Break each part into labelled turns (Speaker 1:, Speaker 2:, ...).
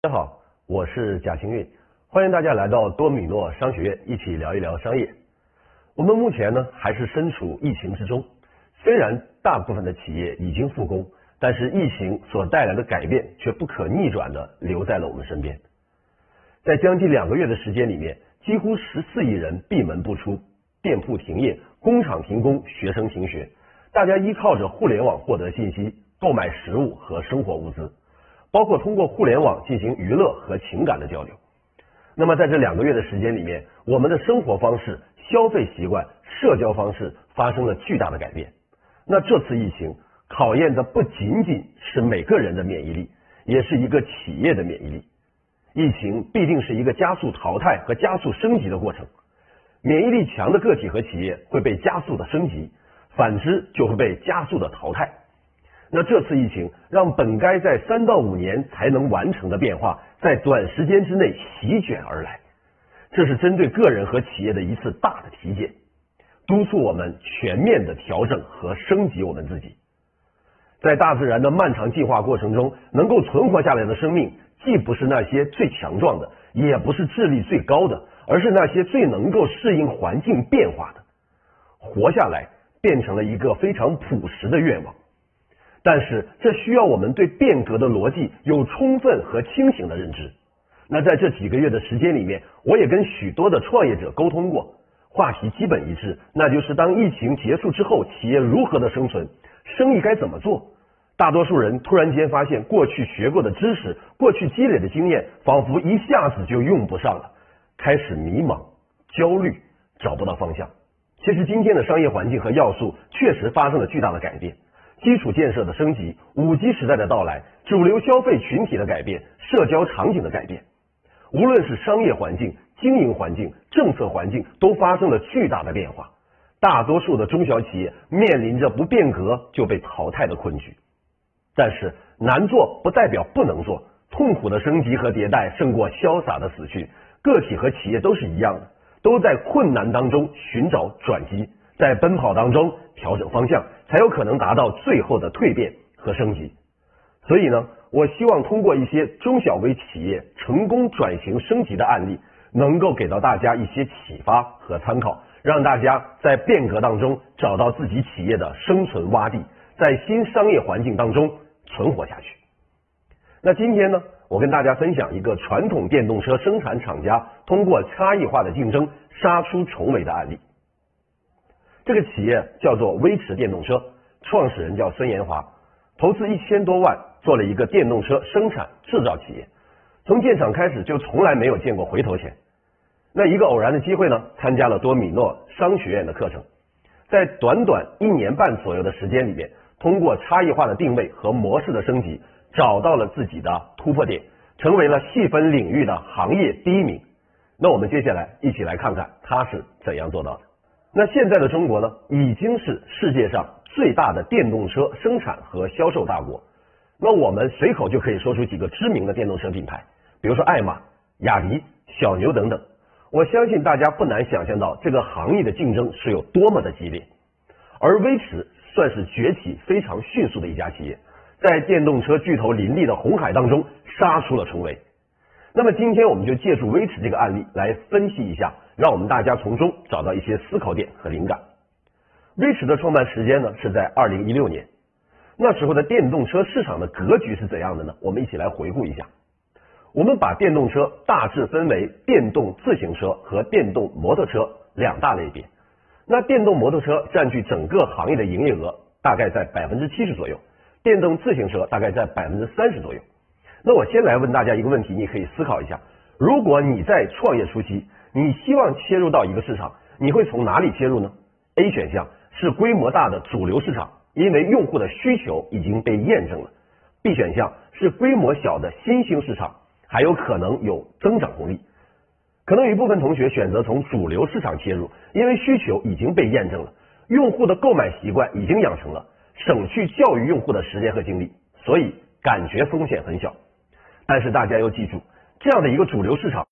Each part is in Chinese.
Speaker 1: 大家好，我是贾行运，欢迎大家来到多米诺商学院，一起聊一聊商业。我们目前呢还是身处疫情之中，虽然大部分的企业已经复工，但是疫情所带来的改变却不可逆转的留在了我们身边。在将近2个月的时间里面，几乎14亿人闭门不出，店铺停业，工厂停工，学生停学，大家依靠着互联网获得信息，购买食物和生活物资，包括通过互联网进行娱乐和情感的交流。那么在这2个月的时间里面，我们的生活方式、消费习惯、社交方式发生了巨大的改变。那这次疫情考验的不仅仅是每个人的免疫力，也是一个企业的免疫力。疫情必定是一个加速淘汰和加速升级的过程，免疫力强的个体和企业会被加速的升级，反之就会被加速的淘汰。那这次疫情让本该在3到5年才能完成的变化，在短时间之内席卷而来，这是针对个人和企业的一次大的体检，督促我们全面的调整和升级我们自己。在大自然的漫长进化过程中，能够存活下来的生命，既不是那些最强壮的，也不是智力最高的，而是那些最能够适应环境变化的。活下来变成了一个非常朴实的愿望。但是这需要我们对变革的逻辑有充分和清醒的认知。那在这几个月的时间里面，我也跟许多的创业者沟通过，话题基本一致，那就是当疫情结束之后，企业如何的生存，生意该怎么做。大多数人突然间发现，过去学过的知识，过去积累的经验，仿佛一下子就用不上了，开始迷茫、焦虑，找不到方向。其实今天的商业环境和要素确实发生了巨大的改变。基础建设的升级，5G 时代的到来，主流消费群体的改变，社交场景的改变，无论是商业环境、经营环境、政策环境，都发生了巨大的变化。大多数的中小企业面临着不变革就被淘汰的困局。但是难做不代表不能做，痛苦的升级和迭代胜过潇洒的死去。个体和企业都是一样的，都在困难当中寻找转机，在奔跑当中调整方向，才有可能达到最后的蜕变和升级。所以呢，我希望通过一些中小微企业成功转型升级的案例，能够给到大家一些启发和参考，让大家在变革当中找到自己企业的生存洼地，在新商业环境当中存活下去。那今天呢，我跟大家分享一个传统电动车生产厂家通过差异化的竞争杀出重围的案例。这个企业叫做威驰电动车，创始人叫孙延华，投资1000多万做了一个电动车生产制造企业，从建厂开始就从来没有见过回头钱。那一个偶然的机会呢，参加了多米诺商学院的课程，在短短1年半左右的时间里面，通过差异化的定位和模式的升级，找到了自己的突破点，成为了细分领域的行业第1名。那我们接下来一起来看看他是怎样做到的。那现在的中国呢，已经是世界上最大的电动车生产和销售大国。那我们随口就可以说出几个知名的电动车品牌，比如说爱玛、雅迪、小牛等等。我相信大家不难想象到这个行业的竞争是有多么的激烈。而威驰算是崛起非常迅速的一家企业，在电动车巨头林立的红海当中杀出了重围。那么今天我们就借助威驰这个案例来分析一下，让我们大家从中找到一些思考点和灵感。威驰的创办时间呢是在2016年，那时候的电动车市场的格局是怎样的呢？我们一起来回顾一下。我们把电动车大致分为电动自行车和电动摩托车2大类别。那电动摩托车占据整个行业的营业额大概在70%左右，电动自行车大概在30%左右。那我先来问大家一个问题，你可以思考一下，如果你在创业初期，你希望切入到一个市场，你会从哪里切入呢？ A 选项是规模大的主流市场，因为用户的需求已经被验证了。 B 选项是规模小的新兴市场，还有可能有增长红利。可能有一部分同学选择从主流市场切入，因为需求已经被验证了，用户的购买习惯已经养成了，省去教育用户的时间和精力，所以感觉风险很小。但是大家要记住，这样的一个主流市场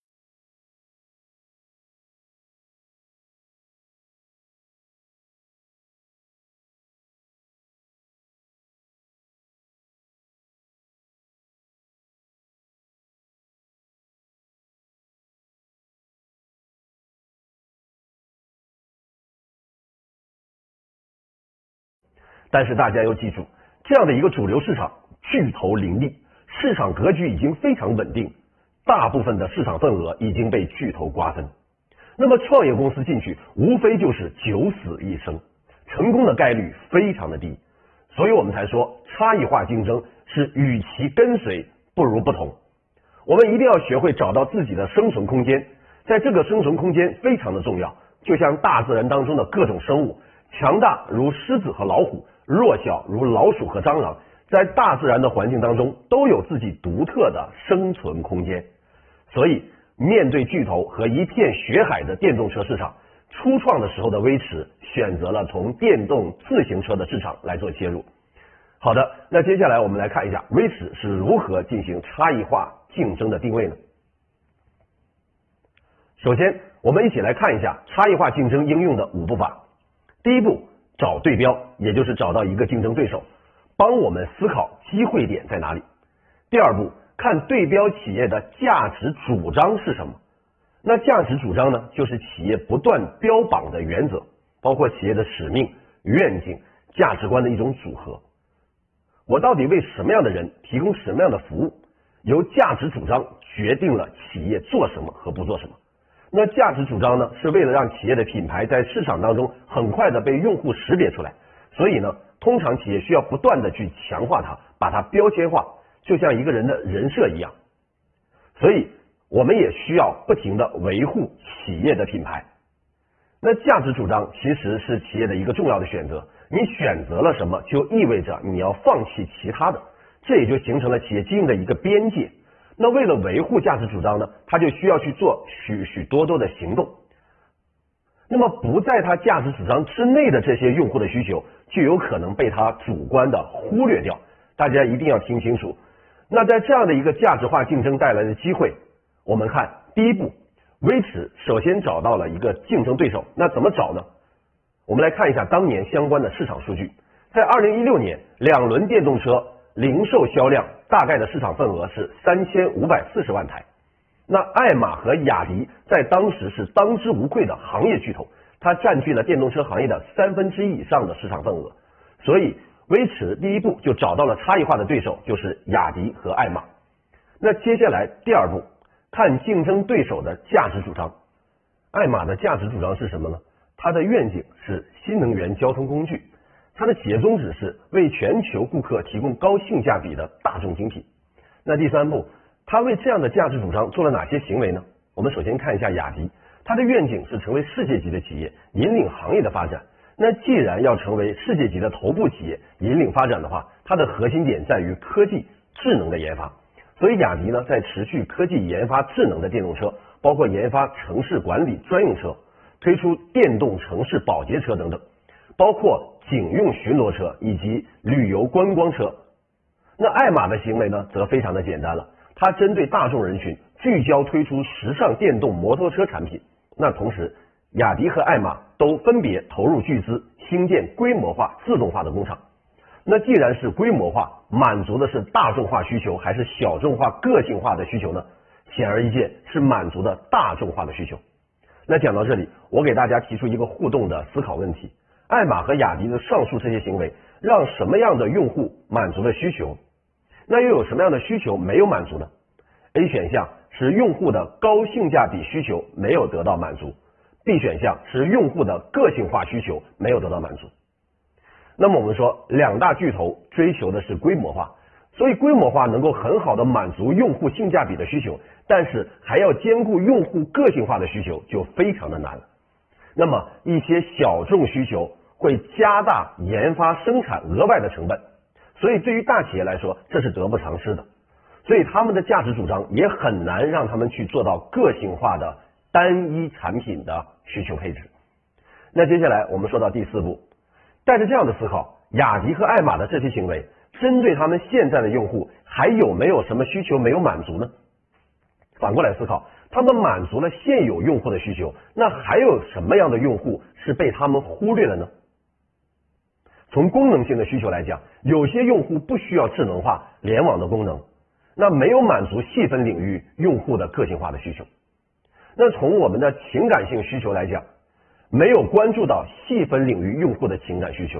Speaker 1: 但是大家要记住，这样的一个主流市场巨头林立，市场格局已经非常稳定，大部分的市场份额已经被巨头瓜分。那么创业公司进去无非就是九死一生，成功的概率非常的低，所以我们才说差异化竞争是与其跟随不如不同。我们一定要学会找到自己的生存空间，在这个生存空间非常的重要，就像大自然当中的各种生物，强大如狮子和老虎，弱小如老鼠和蟑螂，在大自然的环境当中都有自己独特的生存空间。所以面对巨头和一片血海的电动车市场，初创的时候的威驰选择了从电动自行车的市场来做切入。好的，那接下来我们来看一下威驰是如何进行差异化竞争的定位呢？首先我们一起来看一下差异化竞争应用的5步法。第一步，找对标，也就是找到一个竞争对手，帮我们思考机会点在哪里。第二步，看对标企业的价值主张是什么。那价值主张呢，就是企业不断标榜的原则，包括企业的使命、愿景、价值观的一种组合。我到底为什么样的人提供什么样的服务，由价值主张决定了企业做什么和不做什么。那价值主张呢，是为了让企业的品牌在市场当中很快的被用户识别出来，所以呢，通常企业需要不断的去强化它，把它标签化，就像一个人的人设一样。所以我们也需要不停的维护企业的品牌。那价值主张其实是企业的一个重要的选择，你选择了什么，就意味着你要放弃其他的，这也就形成了企业经营的一个边界。那为了维护价值主张呢，它就需要去做许许多多的行动。那么不在它价值主张之内的这些用户的需求，就有可能被它主观的忽略掉。大家一定要听清楚。那在这样的一个价值化竞争带来的机会，我们看第一步，威驰首先找到了一个竞争对手。那怎么找呢？我们来看一下当年相关的市场数据。在2016年，2轮电动车零售销量大概的市场份额是3540万台。那爱玛和雅迪在当时是当之无愧的行业巨头，它占据了电动车行业的1/3以上的市场份额。所以威驰第一步就找到了差异化的对手，就是雅迪和爱玛。那接下来第二步，看竞争对手的价值主张。爱玛的价值主张是什么呢？它的愿景是新能源交通工具，它的企业宗旨是为全球顾客提供高性价比的大众精品。那第三步，它为这样的价值主张做了哪些行为呢？我们首先看一下雅迪，它的愿景是成为世界级的企业，引领行业的发展。那既然要成为世界级的头部企业，引领发展的话，它的核心点在于科技智能的研发。所以雅迪呢，在持续科技研发智能的电动车，包括研发城市管理专用车，推出电动城市保洁车等等，包括警用巡逻车以及旅游观光车。那爱玛的行为呢，则非常的简单了，它针对大众人群聚焦推出时尚电动摩托车产品。那同时雅迪和爱玛都分别投入巨资兴建规模化自动化的工厂。那既然是规模化，满足的是大众化需求还是小众化个性化的需求呢？显而易见是满足的大众化的需求。那讲到这里，我给大家提出一个互动的思考问题：爱玛和雅迪的上述这些行为让什么样的用户满足了需求？那又有什么样的需求没有满足呢？ A 选项是用户的高性价比需求没有得到满足， B 选项是用户的个性化需求没有得到满足。那么我们说两大巨头追求的是规模化，所以规模化能够很好的满足用户性价比的需求，但是还要兼顾用户个性化的需求就非常的难了。那么一些小众需求会加大研发生产额外的成本，所以对于大企业来说这是得不偿失的，所以他们的价值主张也很难让他们去做到个性化的单一产品的需求配置。那接下来我们说到第四步，带着这样的思考，雅迪和爱玛的这些行为针对他们现在的用户还有没有什么需求没有满足呢？反过来思考，他们满足了现有用户的需求，那还有什么样的用户是被他们忽略了呢？从功能性的需求来讲，有些用户不需要智能化联网的功能，那没有满足细分领域用户的个性化的需求。那从我们的情感性需求来讲，没有关注到细分领域用户的情感需求，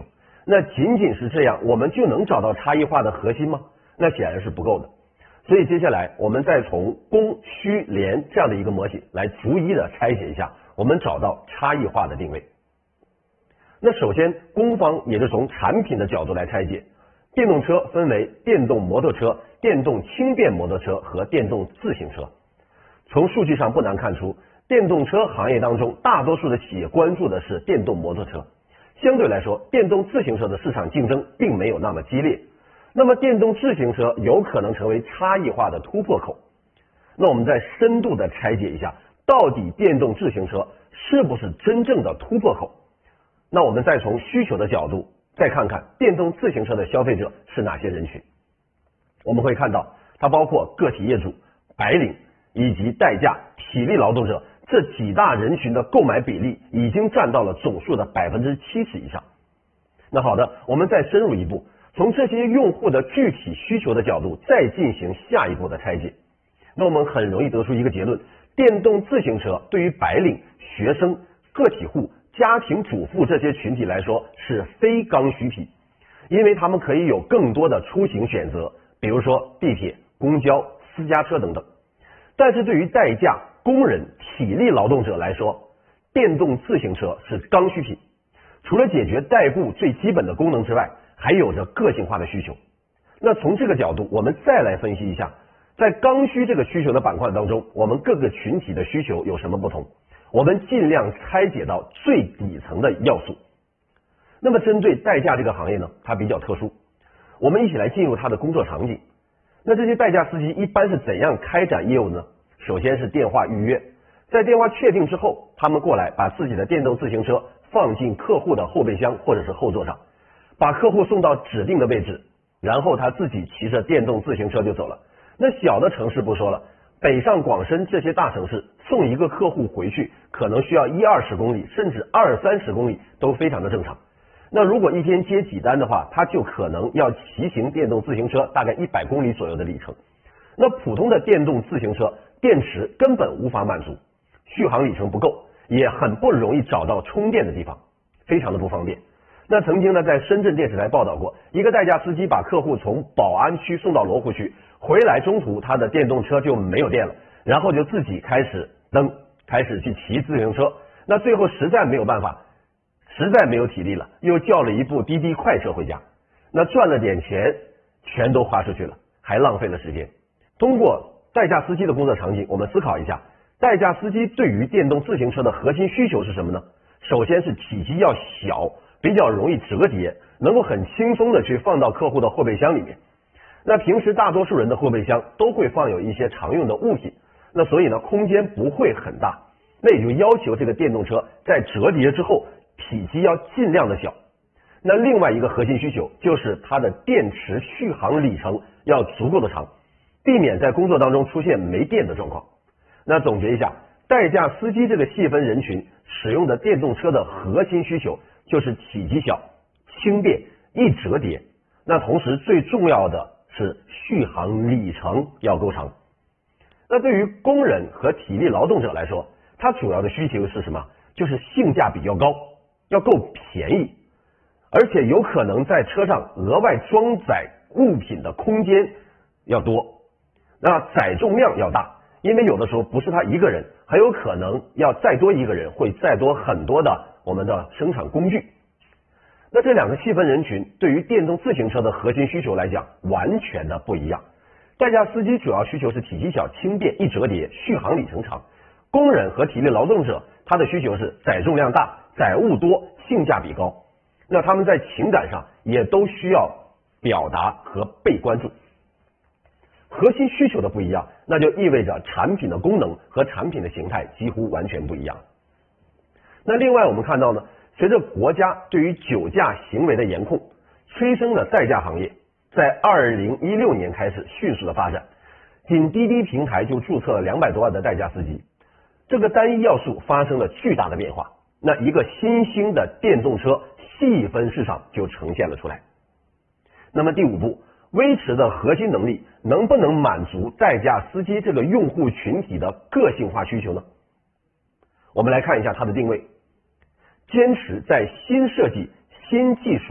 Speaker 1: 那仅仅是这样，我们就能找到差异化的核心吗？那显然是不够的。所以接下来我们再从供需联这样的一个模型来逐一的拆解一下，我们找到差异化的定位。那首先供方也是从产品的角度来拆解，电动车分为电动摩托车、电动轻便摩托车和电动自行车。从数据上不难看出，电动车行业当中大多数的企业关注的是电动摩托车，相对来说电动自行车的市场竞争并没有那么激烈。那么电动自行车有可能成为差异化的突破口。那我们再深度的拆解一下，到底电动自行车是不是真正的突破口？那我们再从需求的角度再看看电动自行车的消费者是哪些人群。我们会看到它包括个体业主、白领以及代驾、体力劳动者这几大人群的购买比例已经占到了总数的 70% 以上。那好的，我们再深入一步，从这些用户的具体需求的角度再进行下一步的拆解。那我们很容易得出一个结论，电动自行车对于白领、学生、个体户、家庭主妇这些群体来说是非刚需品，因为他们可以有更多的出行选择，比如说地铁、公交、私家车等等。但是对于代驾、工人、体力劳动者来说，电动自行车是刚需品，除了解决代步最基本的功能之外，还有着个性化的需求。那从这个角度我们再来分析一下，在刚需这个需求的板块当中，我们各个群体的需求有什么不同，我们尽量拆解到最底层的要素。那么针对代驾这个行业呢，它比较特殊，我们一起来进入它的工作场景。那这些代驾司机一般是怎样开展业务呢？首先是电话预约，在电话确定之后，他们过来把自己的电动自行车放进客户的后备箱或者是后座上，把客户送到指定的位置，然后他自己骑着电动自行车就走了。那小的城市不说了，北上广深这些大城市送一个客户回去可能需要10-20公里，甚至20-30公里都非常的正常。那如果一天接几单的话，他就可能要骑行电动自行车大概100公里左右的里程。那普通的电动自行车电池根本无法满足，续航里程不够，也很不容易找到充电的地方，非常的不方便。那曾经呢，在深圳电视台报道过，一个代驾司机把客户从宝安区送到罗湖区，回来中途他的电动车就没有电了，然后就自己开始去骑自行车。那最后实在没有办法，实在没有体力了，又叫了一部滴滴快车回家。那赚了点钱全都花出去了，还浪费了时间。通过代驾司机的工作场景，我们思考一下，代驾司机对于电动自行车的核心需求是什么呢？首先是体积要小，比较容易折叠，能够很轻松的去放到客户的后备箱里面。那平时大多数人的后备箱都会放有一些常用的物品，那所以呢空间不会很大，那也就要求这个电动车在折叠之后体积要尽量的小。那另外一个核心需求就是它的电池续航里程要足够的长，避免在工作当中出现没电的状况。那总结一下，代驾司机这个细分人群使用的电动车的核心需求就是体积小、轻便、易折叠，那同时最重要的是续航里程要够长。那对于工人和体力劳动者来说，它主要的需求是什么？就是性价比要高，要够便宜，而且有可能在车上额外装载物品的空间要多，那载重量要大，因为有的时候不是他一个人，很有可能要再多一个人，会再多很多的我们的生产工具。那这两个细分人群对于电动自行车的核心需求来讲完全的不一样。代驾司机主要需求是体积小、轻便、易折叠、续航里程长，工人和体力劳动者他的需求是载重量大、载物多、性价比高。那他们在情感上也都需要表达和被关注。核心需求的不一样，那就意味着产品的功能和产品的形态几乎完全不一样。那另外我们看到呢，随着国家对于酒驾行为的严控，催生的代驾行业在2016年开始迅速的发展，仅滴滴平台就注册了200多万的代驾司机，这个单一要素发生了巨大的变化，那一个新兴的电动车细分市场就呈现了出来。那么第5步，威驰的核心能力能不能满足代驾司机这个用户群体的个性化需求呢？我们来看一下它的定位，坚持在新设计、新技术、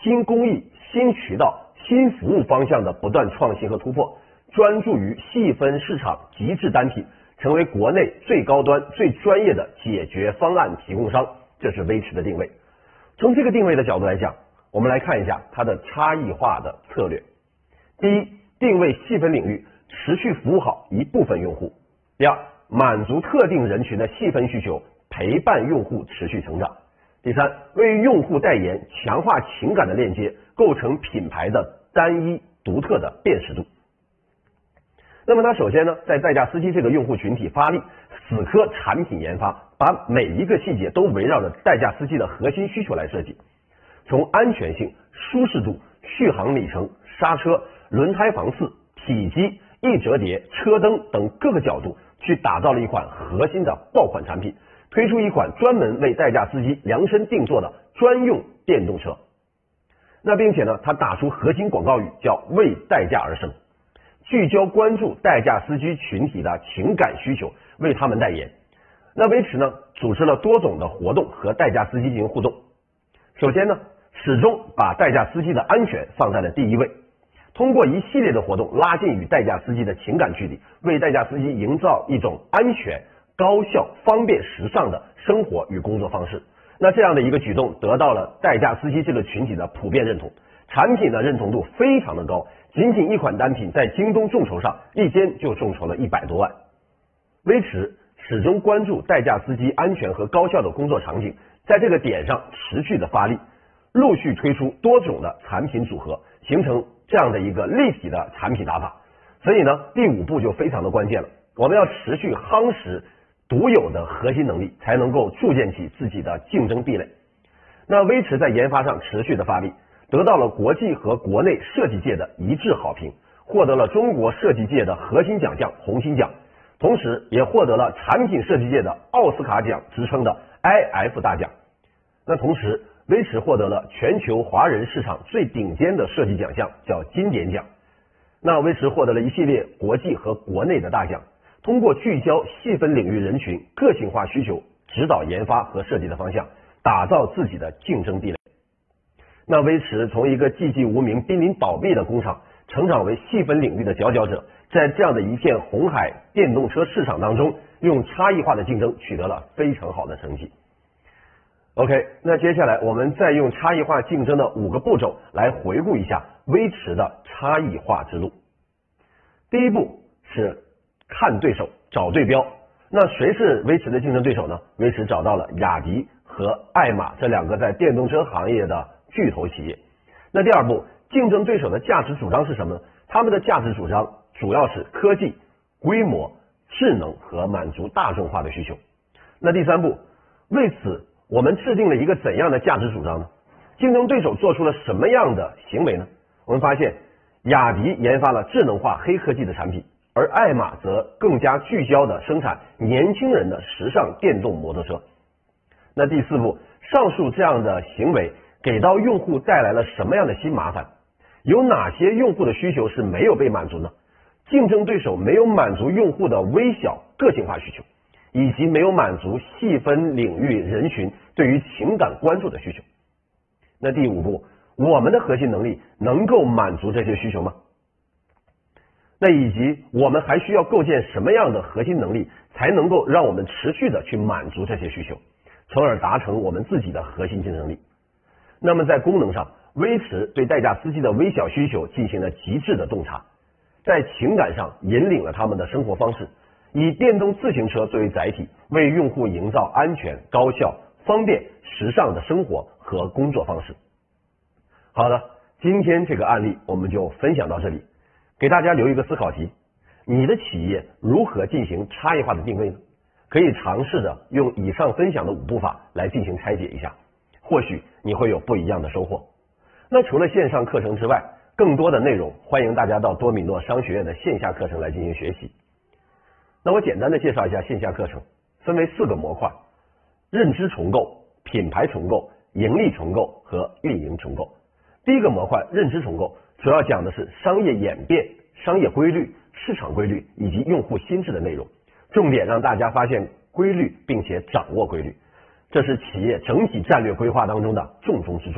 Speaker 1: 新工艺、新渠道、新服务方向的不断创新和突破，专注于细分市场极致单品，成为国内最高端、最专业的解决方案提供商，这是威驰的定位。从这个定位的角度来讲，我们来看一下它的差异化的策略。第一，定位细分领域，持续服务好一部分用户。第二，满足特定人群的细分需求，陪伴用户持续成长。第三，为用户代言，强化情感的链接，构成品牌的单一独特的辨识度。那么它首先呢，在代驾司机这个用户群体发力，死磕产品研发，把每一个细节都围绕着代驾司机的核心需求来设计，从安全性、舒适度、续航里程、刹车、轮胎防刺、体积、易折叠、车灯等各个角度去打造了一款核心的爆款产品，推出一款专门为代驾司机量身定做的专用电动车。那并且呢，它打出核心广告语叫为代驾而生，聚焦关注代驾司机群体的情感需求，为他们代言。那威驰呢，组织了多种的活动和代驾司机进行互动。首先呢，始终把代驾司机的安全放在了第一位，通过一系列的活动拉近与代驾司机的情感距离，为代驾司机营造一种安全、高效、方便、时尚的生活与工作方式。那这样的一个举动得到了代驾司机这个群体的普遍认同，产品的认同度非常的高，仅仅一款单品在京东众筹上一天就众筹了100多万。威驰始终关注代驾司机安全和高效的工作场景，在这个点上持续的发力，陆续推出多种的产品组合，形成这样的一个立体的产品打法。所以呢，第5步就非常的关键了，我们要持续夯实独有的核心能力，才能够铸建起自己的竞争壁垒。那威驰在研发上持续的发力，得到了国际和国内设计界的一致好评，获得了中国设计界的核心奖项红心奖，同时也获得了产品设计界的奥斯卡奖之称的 IF 大奖。那同时威驰获得了全球华人市场最顶尖的设计奖项，叫金典奖。那威驰获得了一系列国际和国内的大奖，通过聚焦细分领域人群、个性化需求，指导研发和设计的方向，打造自己的竞争壁垒。那威驰从一个寂寂无名、濒临倒闭的工厂，成长为细分领域的佼佼者，在这样的一片红海电动车市场当中，用差异化的竞争取得了非常好的成绩。OK， 那接下来我们再用差异化竞争的5个步骤来回顾一下威驰的差异化之路。第一步是看对手，找对标。那谁是威驰的竞争对手呢？威驰找到了雅迪和爱玛这2个在电动车行业的巨头企业。那第2步，竞争对手的价值主张是什么呢？他们的价值主张主要是科技、规模、智能和满足大众化的需求。那第3步，为此我们制定了一个怎样的价值主张呢？竞争对手做出了什么样的行为呢？我们发现雅迪研发了智能化黑科技的产品，而爱玛则更加聚焦的生产年轻人的时尚电动摩托车。那第4步，上述这样的行为给到用户带来了什么样的新麻烦？有哪些用户的需求是没有被满足呢？竞争对手没有满足用户的微小个性化需求，以及没有满足细分领域人群对于情感关注的需求。那第5步，我们的核心能力能够满足这些需求吗？那以及我们还需要构建什么样的核心能力，才能够让我们持续的去满足这些需求，从而达成我们自己的核心竞争力。那么在功能上，威驰对代驾司机的微小需求进行了极致的洞察，在情感上引领了他们的生活方式，以电动自行车作为载体，为用户营造安全、高效、方便、时尚的生活和工作方式。好的，今天这个案例我们就分享到这里，给大家留一个思考题：你的企业如何进行差异化的定位呢？可以尝试着用以上分享的5步法来进行拆解一下，或许你会有不一样的收获。那除了线上课程之外，更多的内容欢迎大家到多米诺商学院的线下课程来进行学习。那我简单的介绍一下线下课程，分为4个模块：认知重构、品牌重构、盈利重构和运营重构。第一个模块认知重构，主要讲的是商业演变、商业规律、市场规律以及用户心智的内容，重点让大家发现规律并且掌握规律，这是企业整体战略规划当中的重中之重。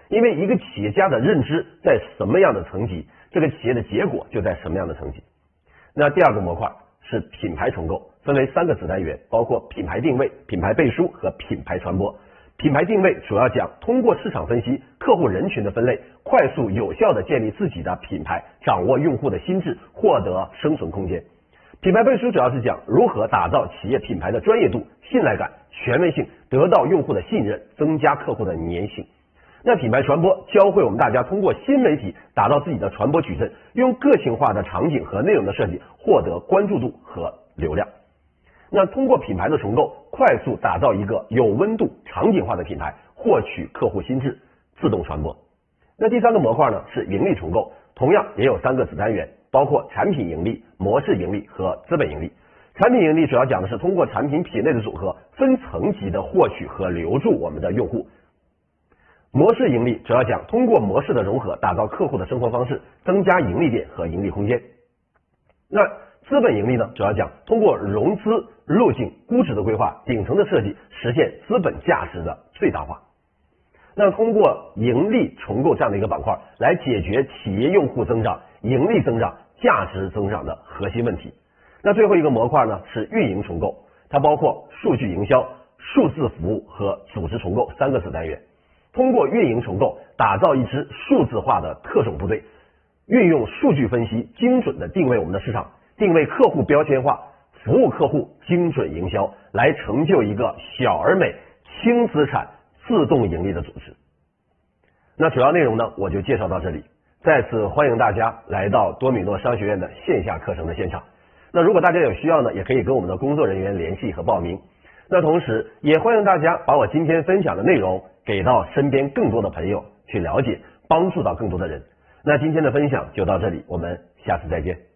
Speaker 1: 因为一个企业家的认知在什么样的层级，这个企业的结果就在什么样的层级。那第二个模块是品牌重构，分为3个子单元，包括品牌定位、品牌背书和品牌传播。品牌定位主要讲通过市场分析、客户人群的分类，快速有效的建立自己的品牌，掌握用户的心智，获得生存空间。品牌背书主要是讲如何打造企业品牌的专业度、信赖感、权威性，得到用户的信任，增加客户的粘性。那品牌传播教会我们大家通过新媒体打造自己的传播矩阵，用个性化的场景和内容的设计获得关注度和流量。那通过品牌的重构，快速打造一个有温度、场景化的品牌，获取客户心智，自动传播。那第3个模块呢是盈利重构，同样也有3个子单元，包括产品盈利、模式盈利和资本盈利。产品盈利主要讲的是通过产品品类的组合，分层级的获取和留住我们的用户。模式盈利主要讲通过模式的融合，打造客户的生活方式，增加盈利点和盈利空间。那资本盈利呢，主要讲通过融资路径、估值的规划、顶层的设计，实现资本价值的最大化。那通过盈利重构这样的一个板块，来解决企业用户增长、盈利增长、价值增长的核心问题。那最后一个模块呢是运营重构，它包括数据营销、数字服务和组织重构3个子单元。通过运营重构，打造一支数字化的特种部队，运用数据分析，精准的定位我们的市场，定位客户标签化，服务客户，精准营销，来成就一个小而美、轻资产、自动盈利的组织。那主要内容呢，我就介绍到这里。再次欢迎大家来到多米诺商学院的线下课程的现场。那如果大家有需要呢，也可以跟我们的工作人员联系和报名。那同时也欢迎大家把我今天分享的内容给到身边更多的朋友去了解，帮助到更多的人。那今天的分享就到这里，我们下次再见。